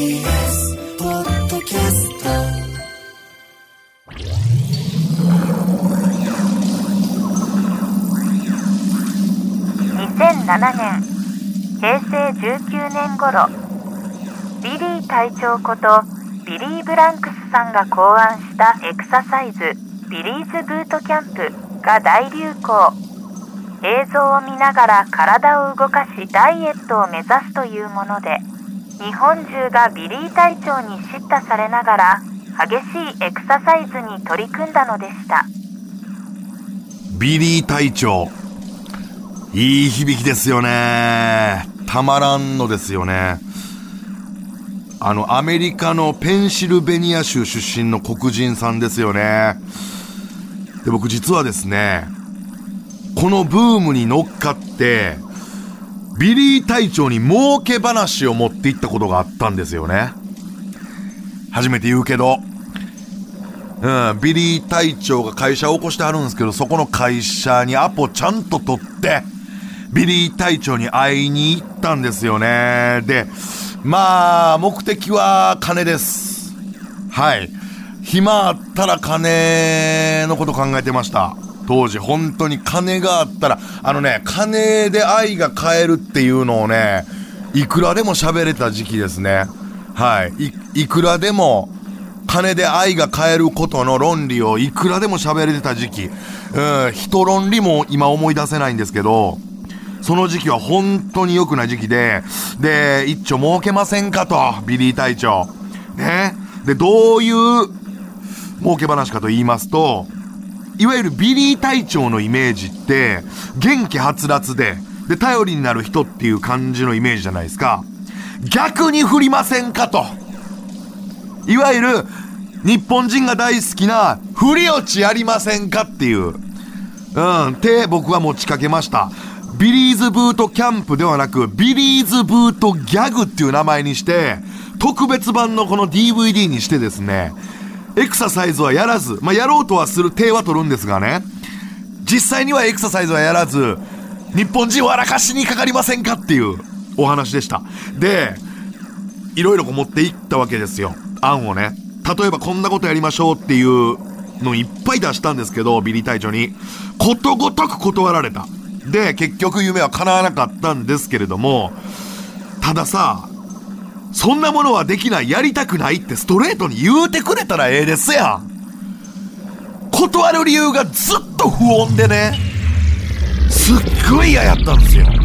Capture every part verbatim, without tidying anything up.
ーエス ポッドキャストにせんななねんへいせいじゅうきゅうねん頃、ビリー隊長ことビリー・ブランクスさんが考案したエクササイズビリーズブートキャンプが大流行。映像を見ながら体を動かしダイエットを目指すというもので、日本中がビリー隊長に叱咤されながら激しいエクササイズに取り組んだのでした。 ビリー隊長、いい響きですよね。たまらんのですよね。あのアメリカのペンシルベニア州出身の黒人さんですよね。で、僕実はですね、このブームに乗っかってビリー隊長に儲け話を持っていったことがあったんですよね。初めて言うけど、うん、ビリー隊長が会社を起こしてはるんですけど、そこの会社にアポちゃんと取ってビリー隊長に会いに行ったんですよね。で、まあ目的は金です。はい、暇あったら金のこと考えてました。当時本当に金があったら、あのね、金で愛が買えるっていうのをね、いくらでも喋れた時期ですね。はい、い, いくらでも金で愛が買えることの論理をいくらでも喋れてた時期、うん、人論理も今思い出せないんですけど、その時期は本当に良くない時期で、で、一丁儲けませんかと、ビリー隊長ね。で、どういう儲け話かと言いますと、いわゆるビリー隊長のイメージって元気はつらつで、で頼りになる人っていう感じのイメージじゃないですか。逆に振りませんかと、いわゆる日本人が大好きな振り落ちやりませんかっていう、うんって僕は持ちかけました。ビリーズブートキャンプではなくビリーズブートギャグっていう名前にして、特別版のこの ディーブイディー にしてですね、エクササイズはやらず、まあ、やろうとはする手は取るんですがね、実際にはエクササイズはやらず、日本人を笑かしにかかりませんかっていうお話でした。で、いろいろこう持っていったわけですよ、案をね。例えばこんなことやりましょうっていうのいっぱい出したんですけど、ビリー隊長にことごとく断られた。で、結局夢は叶わなかったんですけれども、たださ、そんなものはできない、やりたくないってストレートに言うてくれたらええですやん。断る理由がずっと不穏でね、すっごい嫌やったんですよ。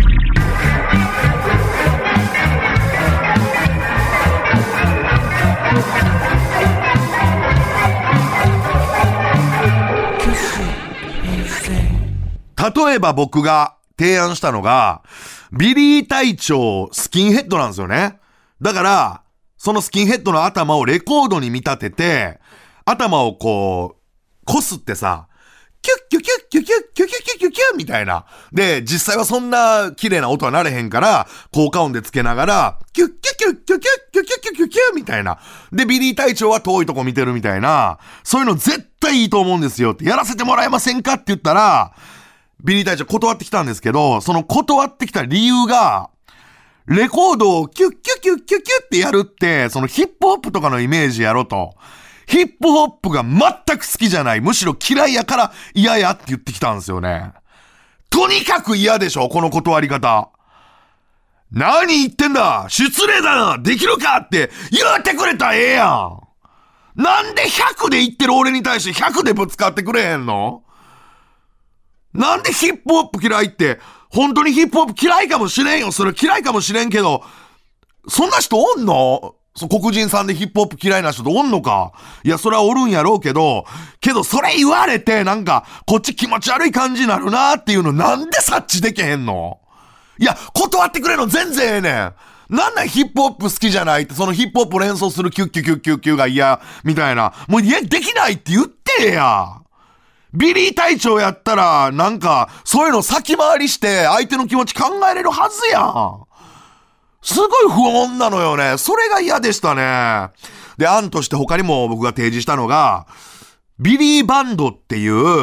例えば僕が提案したのが、ビリー隊長スキンヘッドなんですよね。だからそのスキンヘッドの頭をレコードに見立てて、頭をこうこすってさ、キュッキュキュッキュキュッキュキュキュキュキュみたいな。で、実際はそんな綺麗な音はなれへんから、効果音でつけながら、キュッキュキュッキュキュッキュキュキュキュキュみたいな。で、ビリー隊長は遠いとこ見てるみたいな。そういうの絶対いいと思うんですよって、やらせてもらえませんかって言ったら、ビリー隊長断ってきたんですけど、その断ってきた理由が、レコードをキュッキュキュッキュキュってやるって、そのヒップホップとかのイメージやろと。ヒップホップが全く好きじゃない、むしろ嫌いやから嫌やって言ってきたんですよね。とにかく嫌でしょ、この断り方。何言ってんだ、失礼だな、できるかって言ってくれたらええやん。なんでひゃくで言ってる俺に対してひゃくでぶつかってくれへんの？なんでヒップホップ嫌いって、本当にヒップホップ嫌いかもしれんよ。それ嫌いかもしれんけど、そんな人おんの？そ黒人さんでヒップホップ嫌いな人とおんのか？いや、それはおるんやろうけど、けどそれ言われてなんかこっち気持ち悪い感じになるなっていうのなんで察知できへんの？いや、断ってくれの全然ええねん。なんなんヒップホップ好きじゃないって、そのヒップホップを連想するキュッキュキュッキュッキュが嫌みたいな。もういや、できないって言ってや。ビリー隊長やったらなんかそういうの先回りして相手の気持ち考えれるはずやん。すごい不穏なのよね。それが嫌でしたね。で、案として他にも僕が提示したのが、ビリーバンドっていう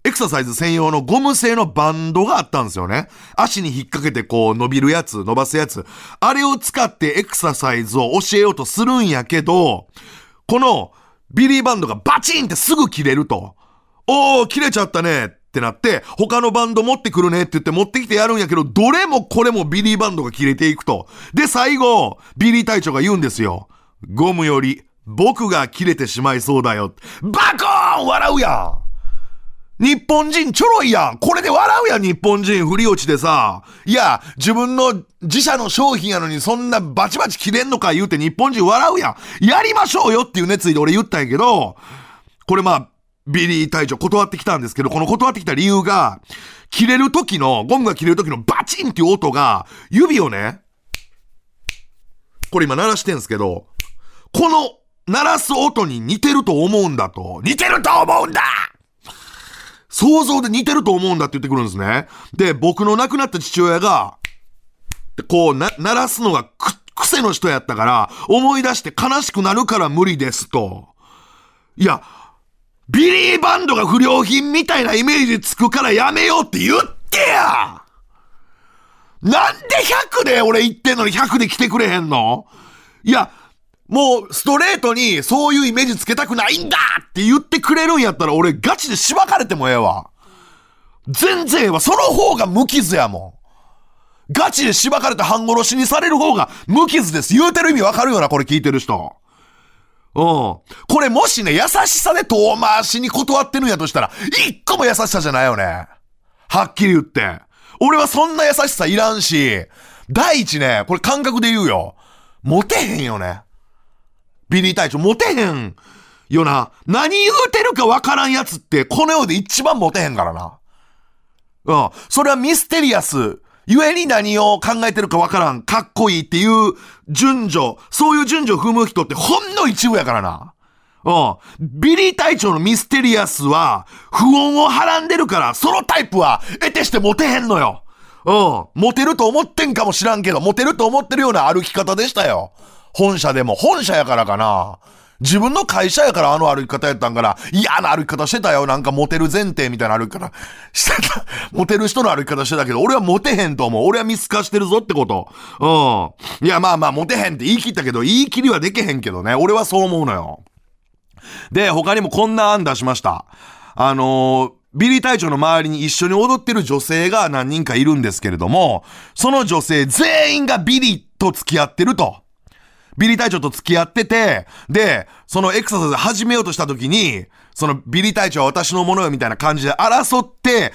エクササイズ専用のゴム製のバンドがあったんですよね。足に引っ掛けてこう伸びるやつ、伸ばすやつ。あれを使ってエクササイズを教えようとするんやけど、このビリーバンドがバチンってすぐ切れると。おー、切れちゃったねってなって、他のバンド持ってくるねって言って持ってきてやるんやけど、どれもこれもビリーバンドが切れていくと。で、最後、ビリー隊長が言うんですよ。ゴムより僕が切れてしまいそうだよ。バコーン笑うやん。日本人ちょろいやん。これで笑うやん、日本人振り落ちでさ。いや、自分の自社の商品やのにそんなバチバチ切れんのか言うて日本人笑うやん。やりましょうよっていう熱意で俺言ったんやけど、これまあ、ビリー隊長断ってきたんですけど、この断ってきた理由が、切れる時の、ゴムが切れる時のバチンっていう音が、指をね、これ今鳴らしてんすけど、この鳴らす音に似てると思うんだと。似てると思うんだ想像で似てると思うんだって言ってくるんですね。で、僕の亡くなった父親が、こうな、鳴らすのがく、癖の人やったから、思い出して悲しくなるから無理ですと。いや、ビリーバンドが不良品みたいなイメージつくからやめようって言ってやなんでひゃくで俺言ってんのにひゃくで来てくれへんの？いや、もうストレートにそういうイメージつけたくないんだって言ってくれるんやったら俺ガチでしばかれてもええわ。全然ええわ。その方が無傷やもん。ガチでしばかれて半殺しにされる方が無傷です。言うてる意味わかるよな、これ聞いてる人。うん。これもしね、優しさで遠回しに断ってるんやとしたら、一個も優しさじゃないよね。はっきり言って。俺はそんな優しさいらんし、第一ね、これ感覚で言うよ。モテへんよね。ビリー隊長、モテへんよな。何言うてるかわからんやつって、この世で一番モテへんからな。うん。それはミステリアス。ゆえに何を考えてるかわからん、かっこいいっていう順序、そういう順序を踏む人ってほんの一部やからな。うん。ビリー隊長のミステリアスは、不穏をはらんでるから、そのタイプは、得てしてモテへんのよ。うん。モテると思ってんかもしらんけど、モテると思ってるような歩き方でしたよ。本社でも、本社やからかな。自分の会社やからあの歩き方やったんから、嫌な歩き方してたよ。なんかモテる前提みたいな歩き方してた。モテる人の歩き方してたけど、俺はモテへんと思う。俺は見透かしてるぞってこと。うん。いや、まあまあ、モテへんって言い切ったけど、言い切りはできへんけどね。俺はそう思うのよ。で、他にもこんな案出しました。あのー、ビリー隊長の周りに一緒に踊ってる女性が何人かいるんですけれども、その女性全員がビリーと付き合ってると。ビリー隊長と付き合ってて、で、そのエクササイズ始めようとした時に、そのビリー隊長は私のものよみたいな感じで争って、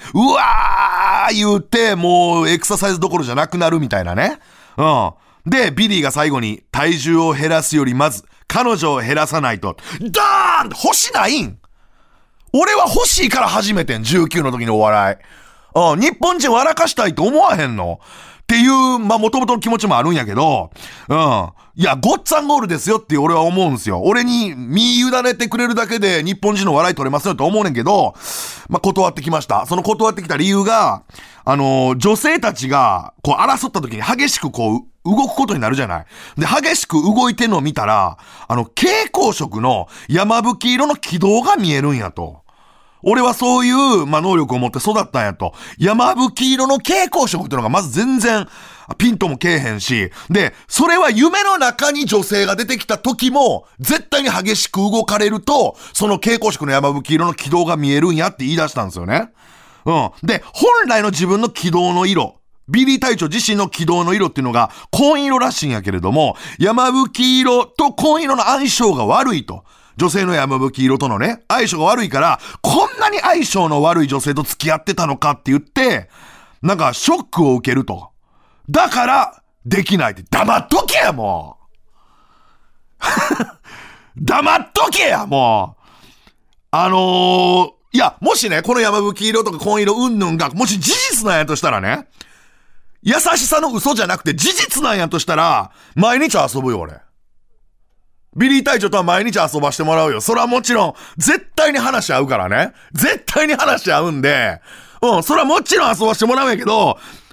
うわー言うて、もうエクササイズどころじゃなくなるみたいなね。うん。で、ビリーが最後に体重を減らすよりまず、彼女を減らさないと。ダーンって欲しないん？俺は欲しいから始めてん、じゅうきゅうの時にお笑い。うん、日本人笑かしたいと思わへんの？っていう、まあ、元々の気持ちもあるんやけど、うん。いや、ゴッツァンゴールですよって俺は思うんすよ。俺に身委ねてくれるだけで日本人の笑い取れますよと思うねんけど、まあ、断ってきました。その断ってきた理由が、あのー、女性たちが、こう、争った時に激しくこう、動くことになるじゃない。で、激しく動いてんのを見たら、あの、蛍光色の山吹色の軌道が見えるんやと。俺はそういう、まあ、能力を持って育ったんやと。山吹色の蛍光色っていうのがまず全然ピンともけえへんし。で、それは夢の中に女性が出てきた時も絶対に激しく動かれると、その蛍光色の山吹色の軌道が見えるんやって言い出したんですよね。うん。で、本来の自分の軌道の色。ビリー隊長自身の軌道の色っていうのが紺色らしいんやけれども、山吹色と紺色の相性が悪いと。女性の山吹色とのね、相性が悪いから、こんなに相性の悪い女性と付き合ってたのかって言って、なんかショックを受けると。だから、できないって。黙っとけや、もう黙っとけや、もうあのー、いや、もしね、この山吹色とか紺色うんぬんが、もし事実なんやとしたらね、優しさの嘘じゃなくて事実なんやとしたら、毎日遊ぶよ、俺。ビリー隊長とは毎日遊ばしてもらうよ。それはもちろん、絶対に話し合うからね。絶対に話し合うんで、うん、それはもちろん遊ばしてもらうんやけど、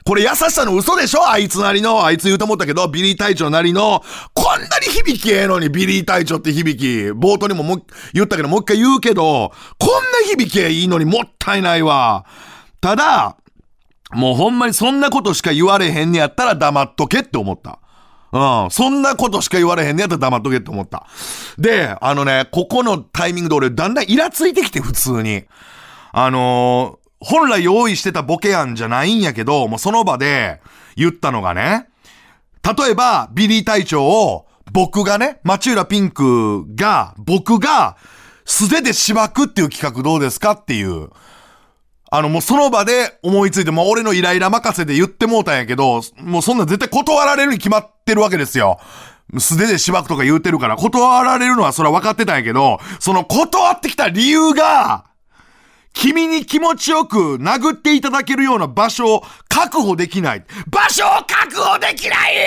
これ優しさの嘘でしょ、あいつなりの、あいつ言うと思ったけど、ビリー隊長なりの、こんなに響きええのに、ビリー隊長って響き、冒頭にももう言ったけど、もう一回言うけど、こんな響きえいいのにもったいないわ。ただ、もうほんまにそんなことしか言われへんねやったら黙っとけって思った。うん。そんなことしか言われへんねやったら黙っとけって思った。で、あのね、ここのタイミングで俺だんだんイラついてきて、普通に。あのー、本来用意してたボケ案じゃないんやけど、もうその場で言ったのがね、例えば、ビリー隊長を、僕がね、町浦ピンクが、僕が、素手でしばくっていう企画どうですかっていう。あの、もうその場で思いついて、もう俺のイライラ任せで言ってもうたんやけど、もうそんな絶対断られるに決まってるわけですよ。素手でしばくとか言うてるから、断られるのはそれは分かってたんやけど、その断ってきた理由が、君に気持ちよく殴っていただけるような場所を確保できない。場所を確保できない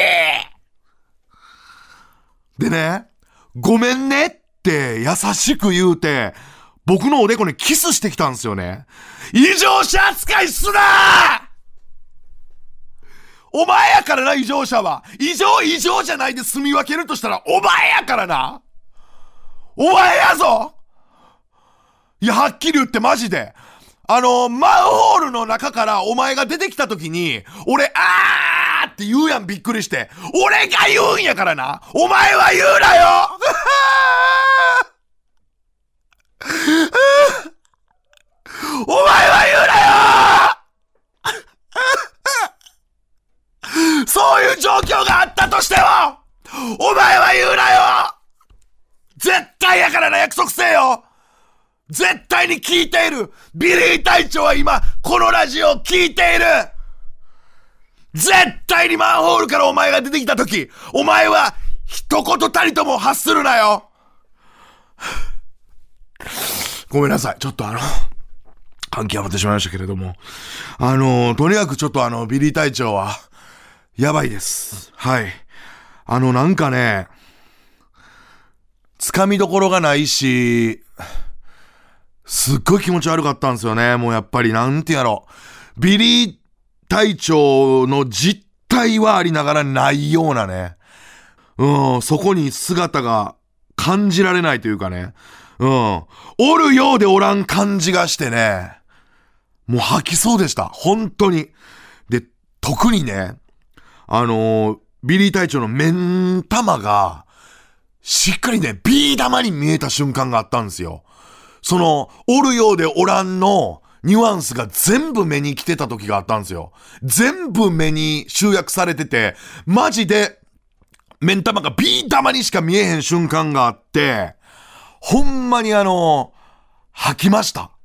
でね、ごめんねって優しく言うて、僕のおでこにキスしてきたんですよね。異常者扱いすなお前やからな、異常者は。異常異常じゃないで住み分けるとしたらお前やからな。お前やぞ。いや、はっきり言ってマジで。あの、マンホールの中からお前が出てきた時に、俺、あーって言うやん、びっくりして。俺が言うんやからな。お前は言うなよお前は言うなよそういう状況があったとしても、お前は言うなよ絶対やからな、約束せえよ絶対に聞いているビリー隊長は今、このラジオを聞いている絶対にマンホールからお前が出てきたとき、お前は一言たりとも発するなよごめんなさい。ちょっとあの、感極まってしまいましたけれども。あの、とにかくちょっとあの、ビリー隊長は、やばいです。はい。あの、なんかね、掴みどころがないし、すっごい気持ち悪かったんですよね。もうやっぱり、なんてやろう。ビリー隊長の実態はありながらないようなね。うん、そこに姿が感じられないというかね。うん。おるようでおらん感じがしてね。もう吐きそうでした。本当に。で、特にね、あのー、ビリー隊長の目ん玉が、しっかりね、ビー玉に見えた瞬間があったんですよ。その、おるようでおらんのニュアンスが全部目に来てた時があったんですよ。全部目に集約されてて、マジで、目ん玉がビー玉にしか見えへん瞬間があって、ほんまにあの、吐きました。